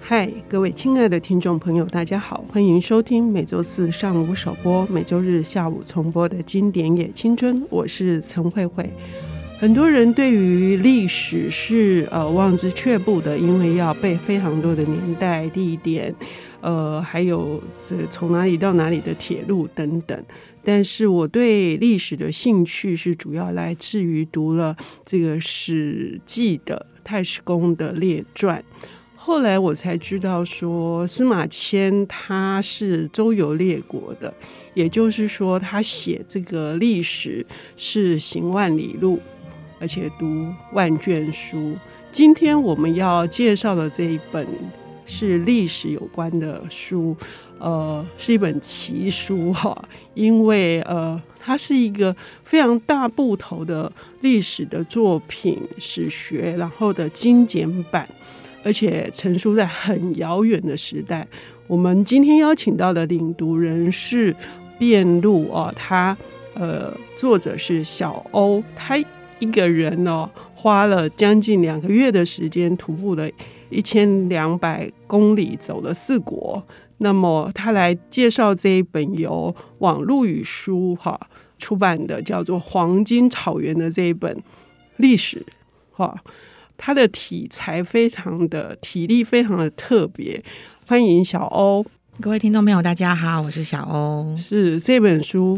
嗨，各位亲爱的听众朋友，大家好，欢迎收听每周四上午首播、每周日下午重播的经典也青春，我是陈慧慧。很多人对于历史是望之却步的，因为要背非常多的年代、地点，还有从哪里到哪里的铁路等等。但是我对历史的兴趣是主要来自于读了这个《史记》的太史公的列传。后来我才知道说，司马迁他是周游列国的，也就是说他写这个历史是行万里路，而且读万卷书。今天我们要介绍的这一本是历史有关的书，是一本奇书哈，因为它是一个非常大部头的历史的作品史学，然后的精简版，而且成书在很遥远的时代。我们今天邀请到的领读人是卞禄他作者是小欧，他一个人花了将近2个月的时间，徒步了1200公里，走了4国。那么他来介绍这一本由网路语书出版的叫做《黄金草原》的这一本历史它的题材非常的体力非常的特别。欢迎小欧。 各位听众朋友大家好，我是小欧。 是这本书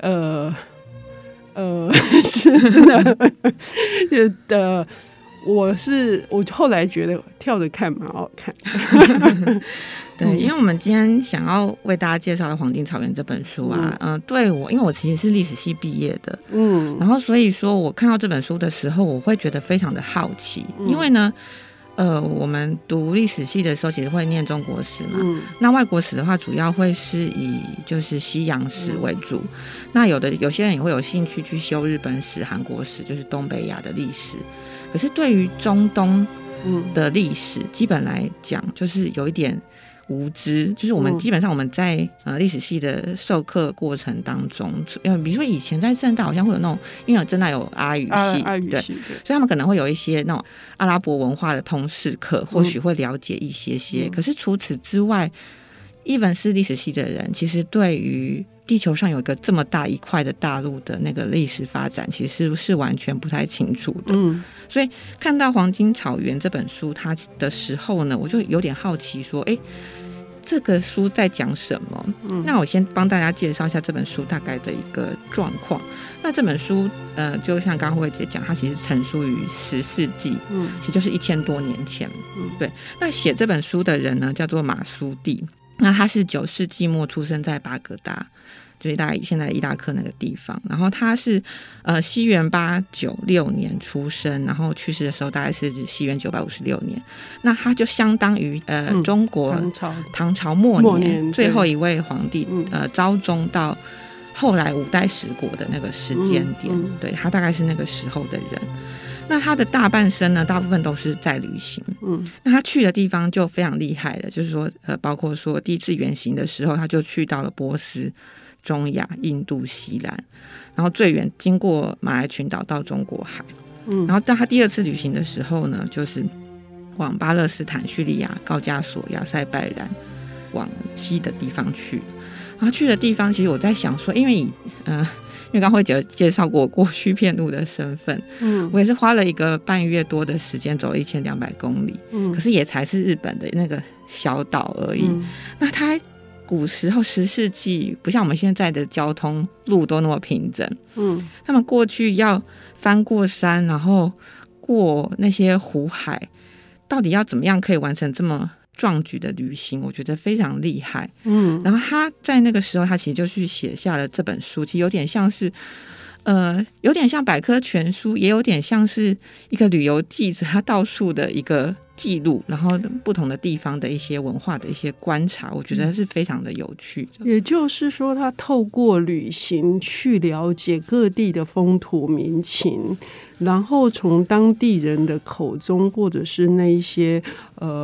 是真的我后来觉得跳着看蛮好看对，因为我们今天想要为大家介绍的《黄金草原》这本书啊，对我，因为我其实是历史系毕业的，然后所以说我看到这本书的时候，我会觉得非常的好奇，因为呢，我们读历史系的时候，其实会念中国史嘛，那外国史的话，主要会是以就是西洋史为主，那有些人也会有兴趣去修日本史、韩国史，就是东北亚的历史。可是对于中东的历史，基本来讲就是有一点无知，就是我们基本上我们在历史系的授课过程当中，比如说以前在政大好像会有那种，因为政大有阿语系，对，所以他们可能会有一些那种阿拉伯文化的通识课，或许会了解一些可是除此之外，even 是历史系的人，其实对于地球上有一个这么大一块的大陆的那个历史发展，其实是完全不太清楚的。所以看到《黄金草原》这本书它的时候呢，我就有点好奇说，这个书在讲什么？那我先帮大家介绍一下这本书大概的一个状况。那这本书就像刚刚慧姐讲，它其实成书于10世纪，其实就是1000多年前。对，那写这本书的人呢，叫做马苏蒂。那他是9世纪末出生在巴格达，就是大概现在的伊拉克那个地方。然后他是西元896年出生，然后去世的时候大概是西元956年。那他就相当于中国唐朝末年最后一位皇帝昭宗到后来5代十国的那个时间点。对，他大概是那个时候的人。那他的大半生呢，大部分都是在旅行。那他去的地方就非常厉害的，就是说包括说第一次远行的时候，他就去到了波斯、中亚、印度、西兰，然后最远经过马来群岛到中国海。然后到他第2次旅行的时候呢，就是往巴勒斯坦、叙利亚、高加索、亚塞拜然往西的地方去。然后去的地方，其实我在想说，因为刚慧姐介绍过我过去卞禄的身份，我也是花了1个半月多的时间走了1200公里，可是也才是日本的那个小岛而已。那它古时候10世纪不像我们现在的交通路都那么平整，他们过去要翻过山，然后过那些湖海，到底要怎么样可以完成这么壮举的旅行，我觉得非常厉害。然后他在那个时候，他其实就去写下了这本书，其实有点像是有点像百科全书，也有点像是一个旅游记者他到处的一个记录，然后不同的地方的一些文化的一些观察，我觉得是非常的有趣的。 也就是说，他透过旅行去了解各地的风土民情，然后从当地人的口中，或者是那一些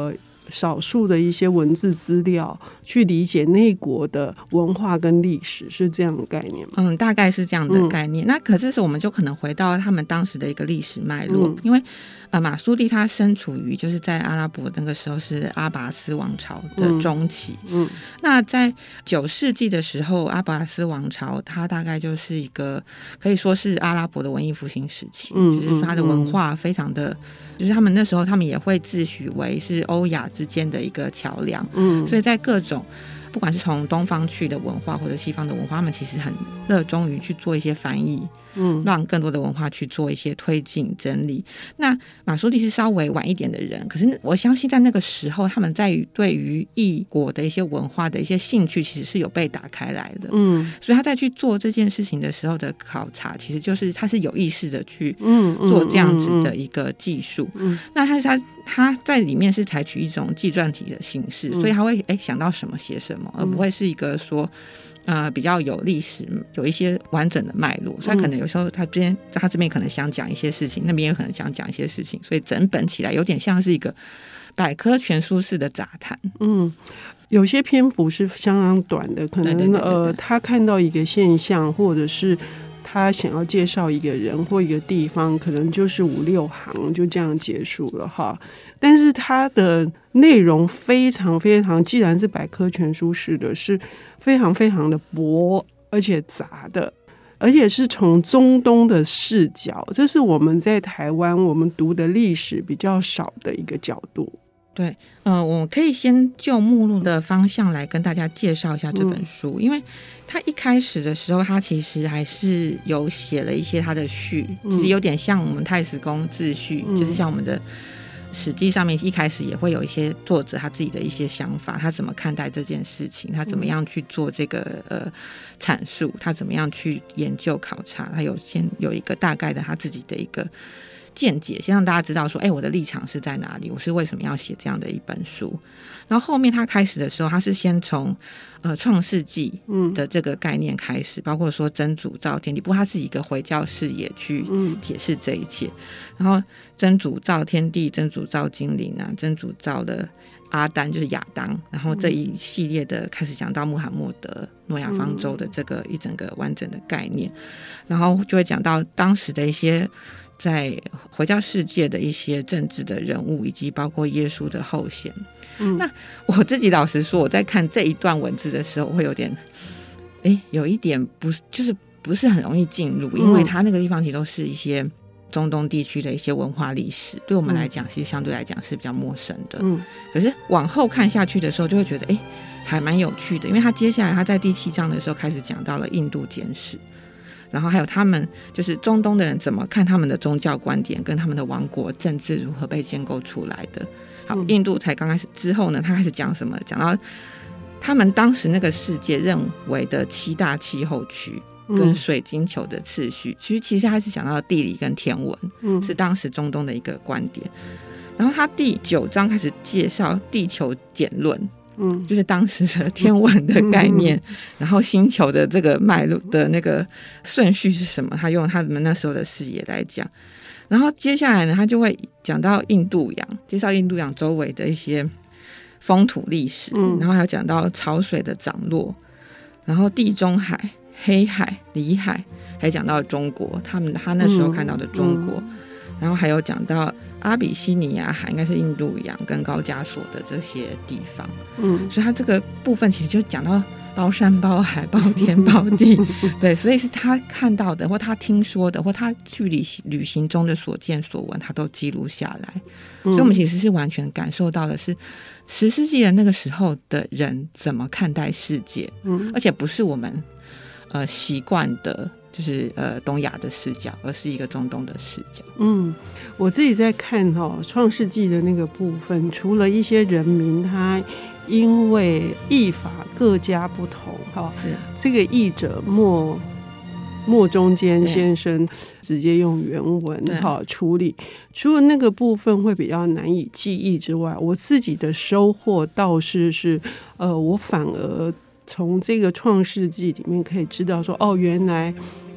少数的一些文字资料去理解那国的文化跟历史，是这样的概念吗？ 大概是这样的概念。那可是我们就可能回到他们当时的一个历史脉络，因为马苏地他身处于就是在阿拉伯那个时候是阿拔斯王朝的中期。那在9世纪的时候，阿拔斯王朝它大概就是一个可以说是阿拉伯的文艺复兴时期，就是说它的文化非常的，就是他们那时候他们也会自诩为是欧亚之间的一个桥梁。所以在各种不管是从东方去的文化或者西方的文化，他们其实很热衷于去做一些翻译，让更多的文化去做一些推进整理。那马苏地是稍微晚一点的人，可是我相信在那个时候他们在对于异国的一些文化的一些兴趣其实是有被打开来的。所以他在去做这件事情的时候的考察，其实就是他是有意识的去做这样子的一个技术。那他在里面是采取一种纪传体的形式，所以他会想到什么写什么，而不会是一个说比较有历史有一些完整的脉络，所以他可能有时候他这边可能想讲一些事情，那边也可能想讲一些事情，所以整本起来有点像是一个百科全书式的杂谈。 有些篇幅是相当短的，可能他看到一个现象，或者是他想要介绍一个人或一个地方，可能就是5-6行就这样结束了哈。但是它的内容非常非常，既然是百科全书式的，是非常非常的薄而且杂的，而且是从中东的视角，这是我们在台湾我们读的历史比较少的一个角度。 对，我可以先就目录的方向来跟大家介绍一下这本书，因为他一开始的时候，他其实还是有写了一些他的序，其实有点像我们太史公自序，就是像我们的史记上面一开始也会有一些作者他自己的一些想法，他怎么看待这件事情，他怎么样去做这个阐述，他怎么样去研究考察，他先有一个大概的他自己的一个见解，先让大家知道说我的立场是在哪里，我是为什么要写这样的一本书。然后后面他开始的时候，他是先从创世纪的这个概念开始，包括说真主造天地，不过他是一个回教视野去解释这一切。然后真主造天地，真主造精灵啊，真主造了阿丹就是亚当，然后这一系列的开始讲到穆罕默德诺亚方舟的这个一整个完整的概念，然后就会讲到当时的一些在回教世界的一些政治的人物，以及包括耶稣的后显。那我自己老实说，我在看这一段文字的时候，我会有点有一点不是很容易进入，因为它那个地方其实都是一些中东地区的一些文化历史，对我们来讲其实相对来讲是比较陌生的。可是往后看下去的时候，就会觉得还蛮有趣的，因为他接下来他在第7章的时候开始讲到了印度简史，然后还有他们就是中东的人怎么看他们的宗教观点跟他们的王国政治如何被建构出来的。好，印度才刚开始之后呢，他开始讲什么，讲到他们当时那个世界认为的7大气候区跟水晶球的次序，其实他是讲到地理跟天文，是当时中东的一个观点。然后他第9章开始介绍地球简论，就是当时的天文的概念，然后星球的这个脉络的那个顺序是什么，他用他们那时候的视野来讲。然后接下来呢，他就会讲到印度洋，介绍印度洋周围的一些风土历史，然后还有讲到潮水的涨落，然后地中海、黑海、里海，还讲到中国，他那时候看到的中国，然后还有讲到阿比西尼亚海，应该是印度洋跟高加索的这些地方。所以他这个部分其实就讲到包山包海包天包地对，所以是他看到的或他听说的或他去旅行中的所见所闻，他都记录下来。所以我们其实是完全感受到的是10世纪的那个时候的人怎么看待世界，而且不是我们习惯的就是东亚的视角，而是一个中东的视角。 我自己在看创世纪的那个部分，除了一些人民他因为译法各家不同，这个译者莫中间先生直接用原文处理，除了那个部分会比较难以记忆之外，我自己的收获倒是我反而从这个创世纪里面可以知道说，原来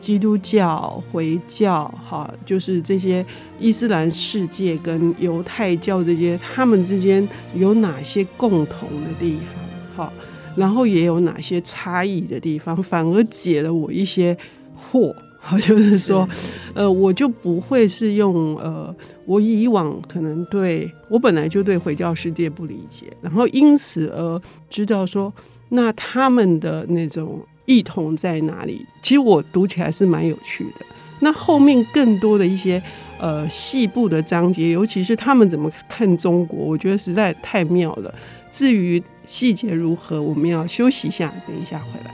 基督教、回教，就是这些伊斯兰世界跟犹太教这些，他们之间有哪些共同的地方，然后也有哪些差异的地方，反而解了我一些惑。就是说我就不会是用我以往可能我本来就对回教世界不理解，然后因此而知道说那他们的那种异同在哪里，其实我读起来是蛮有趣的。那后面更多的一些细部的章节，尤其是他们怎么看中国，我觉得实在太妙了。至于细节如何，我们要休息一下，等一下回来。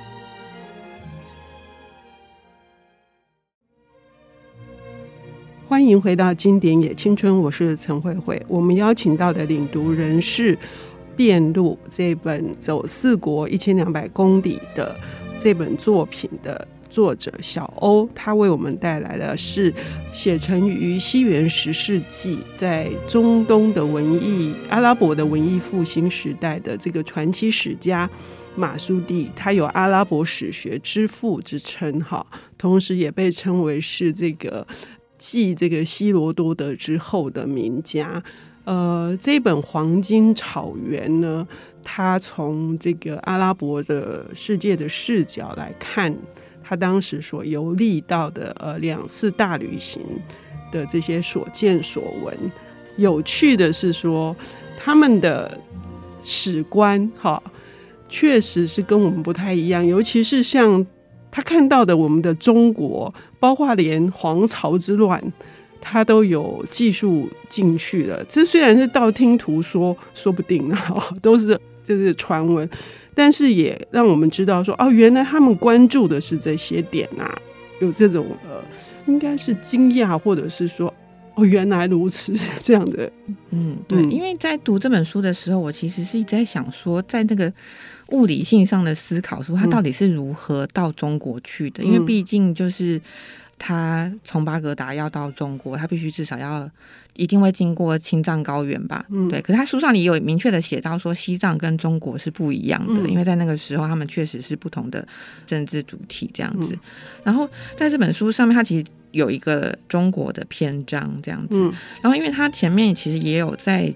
欢迎回到经典也青春，我是陈慧慧。我们邀请到的领读人是辩录这本走四国1200公里的这本作品的作者小欧，他为我们带来的是写成于西元10世纪，在中东的阿拉伯的文艺复兴时代的这个传奇史家马苏地，他有阿拉伯史学之父之称，同时也被称为是继这个希罗多德之后的名家。这本《黄金草原》呢，他从这个阿拉伯的世界的视角来看他当时所游历到的2次大旅行的这些所见所闻。有趣的是说，他们的史观确实是跟我们不太一样，尤其是像他看到的我们的中国，包括连黄巢之乱他都有技术进去了。这虽然是道听途说，说不定都是就是传闻，但是也让我们知道说原来他们关注的是这些点有这种应该是惊讶，或者是说原来如此这样的。 对，因为在读这本书的时候，我其实是一直在想说，在那个物理性上的思考，说他到底是如何到中国去的。因为毕竟就是他从巴格达要到中国，他必须至少一定会经过青藏高原吧。对。可是他书上也有明确的写到说，西藏跟中国是不一样的，因为在那个时候他们确实是不同的政治主体这样子。然后在这本书上面，他其实有一个中国的篇章这样子。然后因为他前面其实也有在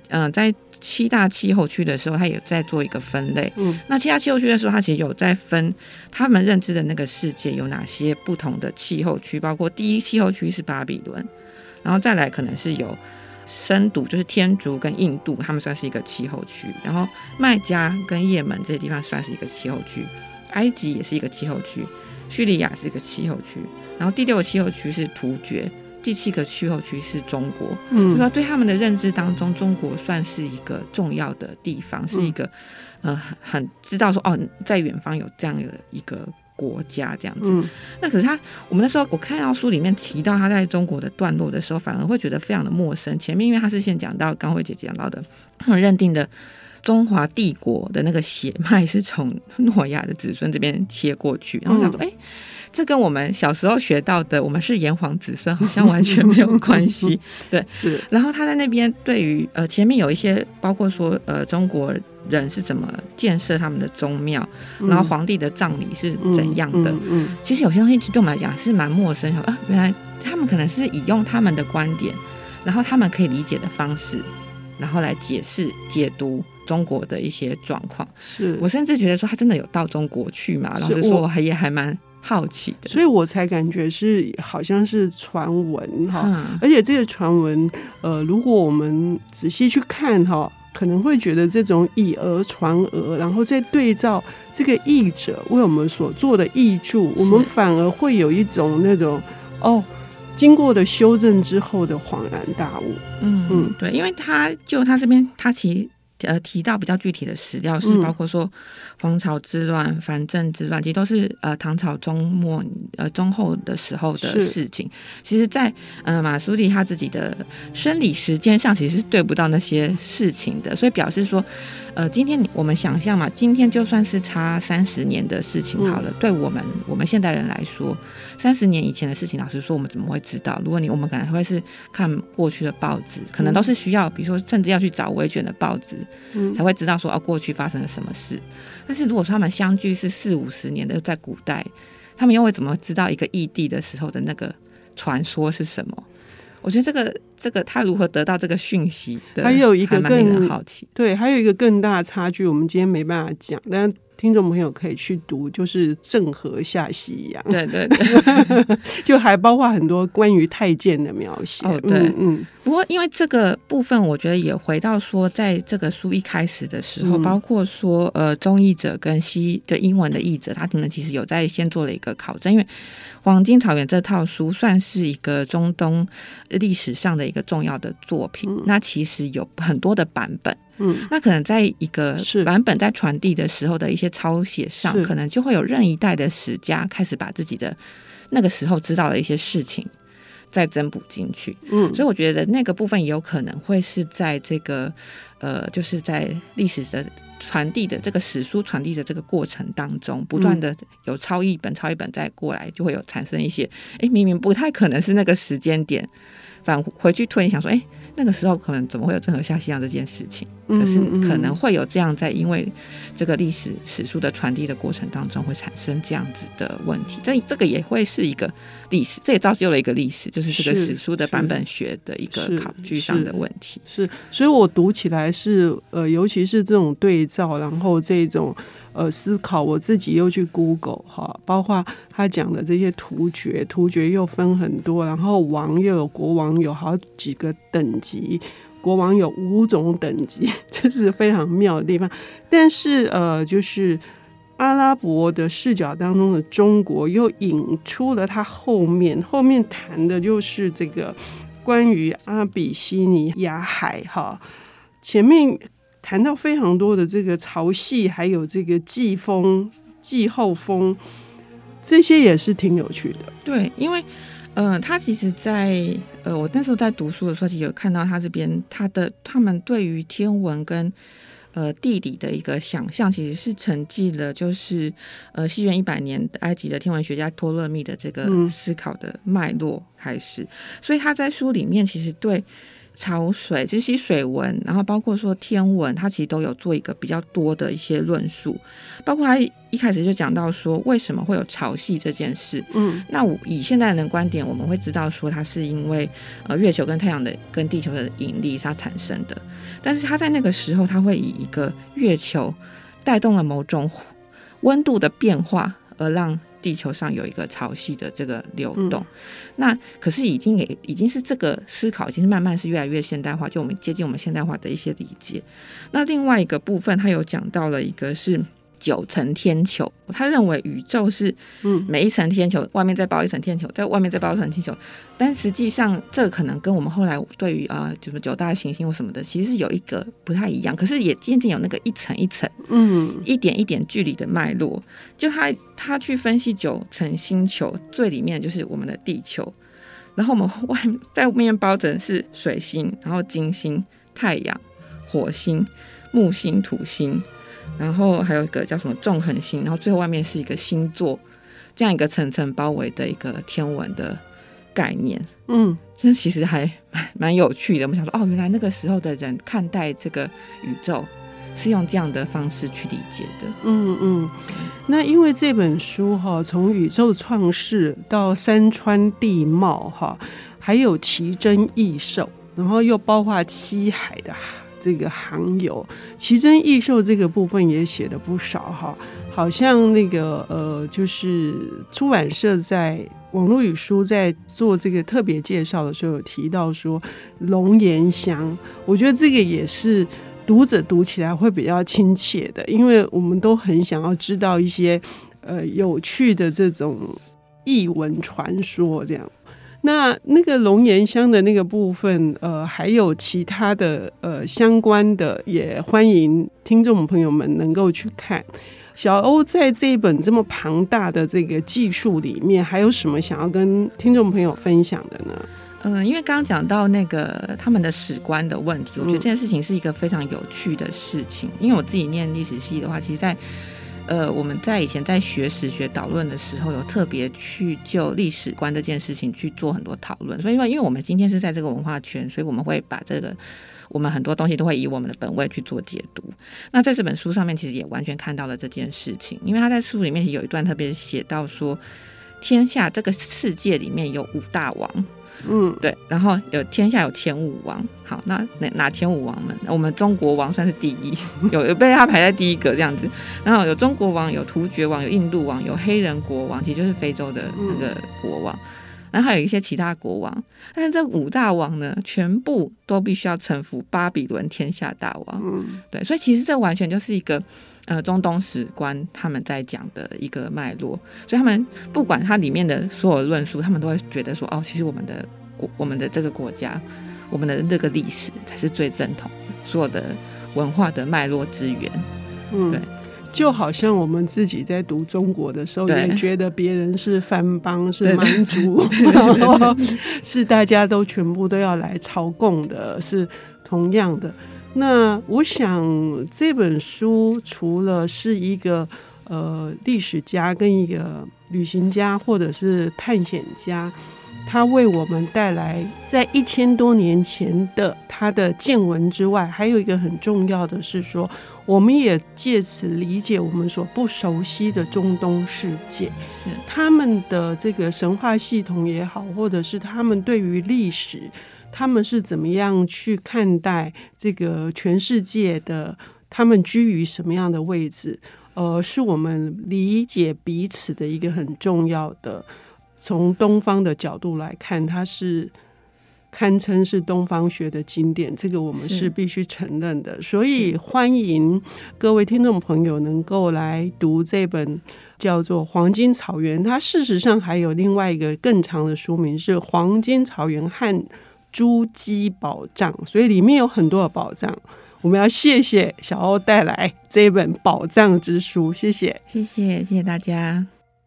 7大气候区的时候，他也在做一个分类。那7大气候区的时候，他其实有在分他们认知的那个世界有哪些不同的气候区，包括第一气候区是巴比伦，然后再来可能是有深度，就是天竺跟印度，他们算是一个气候区，然后麦加跟也门这些地方算是一个气候区，埃及也是一个气候区，叙利亚是一个气候区，然后第6个气候区是突厥，第7个气候区是中国。所以说对他们的认知当中，中国算是一个重要的地方，是一个很知道说在远方有这样的一个国家这样子。那可是我们那时候我看到书里面提到他在中国的段落的时候，反而会觉得非常的陌生。前面因为他是先讲到刚慧姐讲到的他们认定的中华帝国的那个血脉是从诺亚的子孙这边切过去，然后我想说这跟我们小时候学到的我们是炎黄子孙好像完全没有关系。对， 是。然后他在那边对于前面有一些包括说中国人是怎么建设他们的宗庙，然后皇帝的葬礼是怎样的。其实有些东西对我们来讲是蛮陌生，原来他们可能是以用他们的观点，然后他们可以理解的方式，然后来解释解读中国的一些状况。是我甚至觉得说他真的有到中国去嘛？老实说我也还蛮好奇的， 所以我才感觉是好像是传闻而且这个传闻如果我们仔细去看可能会觉得这种以讹传讹，然后再对照这个译者为我们所做的译注，我们反而会有一种那种经过的修正之后的恍然大悟。 对，因为他这边他其实提到比较具体的史料是包括说黄巢之乱、藩镇之乱，其实都是唐朝中后的时候的事情。其实在马苏地他自己的生理时间上其实是对不到那些事情的，所以表示说今天我们想象嘛，今天就算是差30年的事情好了，对我们现代人来说，30年以前的事情，老实说我们怎么会知道？如果我们可能会是看过去的报纸，可能都是需要比如说甚至要去找维卷的报纸才会知道说过去发生了什么事。但是如果说他们相距是40-50年的，在古代他们又会怎么知道一个异地的时候的那个传说是什么？我觉得这个他如何得到这个讯息的， 还有一个更令人好奇。 对，还有一个更大的差距，我们今天没办法讲，但听众朋友可以去读，就是郑和下西洋。 对对对， 就还包括很多关于太监的描写。 哦，对，不过因为这个部分，我觉得也回到说，在这个书一开始的时候，包括说中译者跟西的英文的译者，他们其实有在先做了一个考证，因为《黄金草原》这套书算是一个中东历史上的一个重要的作品，那其实有很多的版本。那可能在一个版本在传递的时候的一些抄写上，可能就会有任一代的史家开始把自己的那个时候知道的一些事情再增补进去。所以我觉得那个部分也有可能会是在这个就是在历史的传递的这个史书传递的这个过程当中，不断的有抄一本再过来，就会有产生一些明明不太可能是那个时间点，返回去突然想说那个时候可能怎么会有郑和下西洋这件事情，可是可能会有这样在因为这个历史史书的传递的过程当中会产生这样子的问题，这个也会是一个历史，这也造就了一个历史，就是这个史书的版本学的一个考据上的问题。是， 所以我读起来是尤其是这种对照，然后这种思考，我自己又去 Google 哈，包括他讲的这些突厥又分很多，然后王又有国王有好几个等级，国王有5种等级，这是非常妙的地方。但是就是阿拉伯的视角当中的中国又引出了他后面谈的就是这个关于阿比西尼亚海哈，前面谈到非常多的这个潮汐，还有这个季风、季候风，这些也是挺有趣的。 对，因为他其实在我那时候在读书的时候，其实有看到他这边他们对于天文跟地理的一个想象，其实是承继了就是西元100年埃及的天文学家托勒密的这个思考的脉络开始，所以他在书里面其实对潮水这些水文，然后包括说天文，他其实都有做一个比较多的一些论述，包括他一开始就讲到说为什么会有潮汐这件事。那以现代人的观点，我们会知道说它是因为月球跟太阳的跟地球的引力它产生的，但是他在那个时候他会以一个月球带动了某种温度的变化而让地球上有一个潮汐的这个流动。那可是已经是这个思考已经是慢慢是越来越现代化，就我们接近我们现代化的一些理解。那另外一个部分他有讲到了一个是9层天球，他认为宇宙是每一层天球外面再包一层天球，在外面再包一层天球，但实际上这个可能跟我们后来对于就是9大行星或什么的其实是有一个不太一样，可是也渐渐有那个一层一层一点一点距离的脉络。就他去分析9层星球，最里面就是我们的地球，然后我们在外面包着是水星，然后金星、太阳、火星、木星、土星，然后还有一个叫什么纵横星，然后最后外面是一个星座，这样一个层层包围的一个天文的概念。这其实还蛮有趣的。我们想说原来那个时候的人看待这个宇宙是用这样的方式去理解的。 那因为这本书从宇宙创世到山川地貌还有奇珍异兽，然后又包括七海的这个航游，奇珍异兽这个部分也写的不少好像那个就是出版社在网络语书在做这个特别介绍的时候有提到说龙涎香，我觉得这个也是读者读起来会比较亲切的，因为我们都很想要知道一些有趣的这种异闻传说这样。那个龙涎香的那个部分还有其他的相关的，也欢迎听众朋友们能够去看。小欧在这一本这么庞大的这个技术里面还有什么想要跟听众朋友分享的呢？ 因为刚刚讲到那个他们的史观的问题，我觉得这件事情是一个非常有趣的事情。因为我自己念历史系的话，其实在我们在以前在学史学导论的时候，有特别去就历史观这件事情去做很多讨论。所以因为我们今天是在这个文化圈，所以我们会把这个我们很多东西都会以我们的本位去做解读。那在这本书上面其实也完全看到了这件事情，因为他在书里面有一段特别写到说天下这个世界里面有5大王，对，然后天下有前5王。好，那哪前5王们？我们中国王算是第一，有被他排在第一个这样子。然后有中国王，有突厥王，有印度王，有黑人国王，其实就是非洲的那个国王。然后还有一些其他国王，但是这5大王呢，全部都必须要臣服巴比伦天下大王。对，所以其实这完全就是一个中东史观他们在讲的一个脉络。所以他们不管它里面的所有论述，他们都会觉得说，其实我们的这个国家，我们的这个历史才是最正统的，所有的文化的脉络之源。对。 就好像我们自己在读中国的时候，也觉得别人是藩邦，是蛮族，然后是大家都全部都要来朝贡的，是同样的。那我想这本书除了是一个历史家跟一个旅行家或者是探险家，他为我们带来在1000多年前的他的见闻之外，还有一个很重要的是说，我们也借此理解我们所不熟悉的中东世界，他们的这个神话系统也好，或者是他们对于历史，他们是怎么样去看待这个全世界的，他们居于什么样的位置，是我们理解彼此的一个很重要的。从东方的角度来看，它是堪称是东方学的经典，这个我们是必须承认的。所以欢迎各位听众朋友能够来读这本叫做《黄金草原》，它事实上还有另外一个更长的书名是《黄金草原和珠玑宝藏》，所以里面有很多的宝藏。我们要谢谢小欧带来这本宝藏之书，谢谢， 谢谢大家。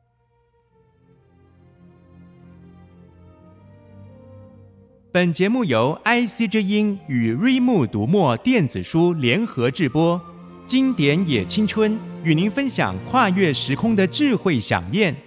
本节目由 IC 之音与瑞木读墨电子书联合制播，经典也青春与您分享跨越时空的智慧饗宴。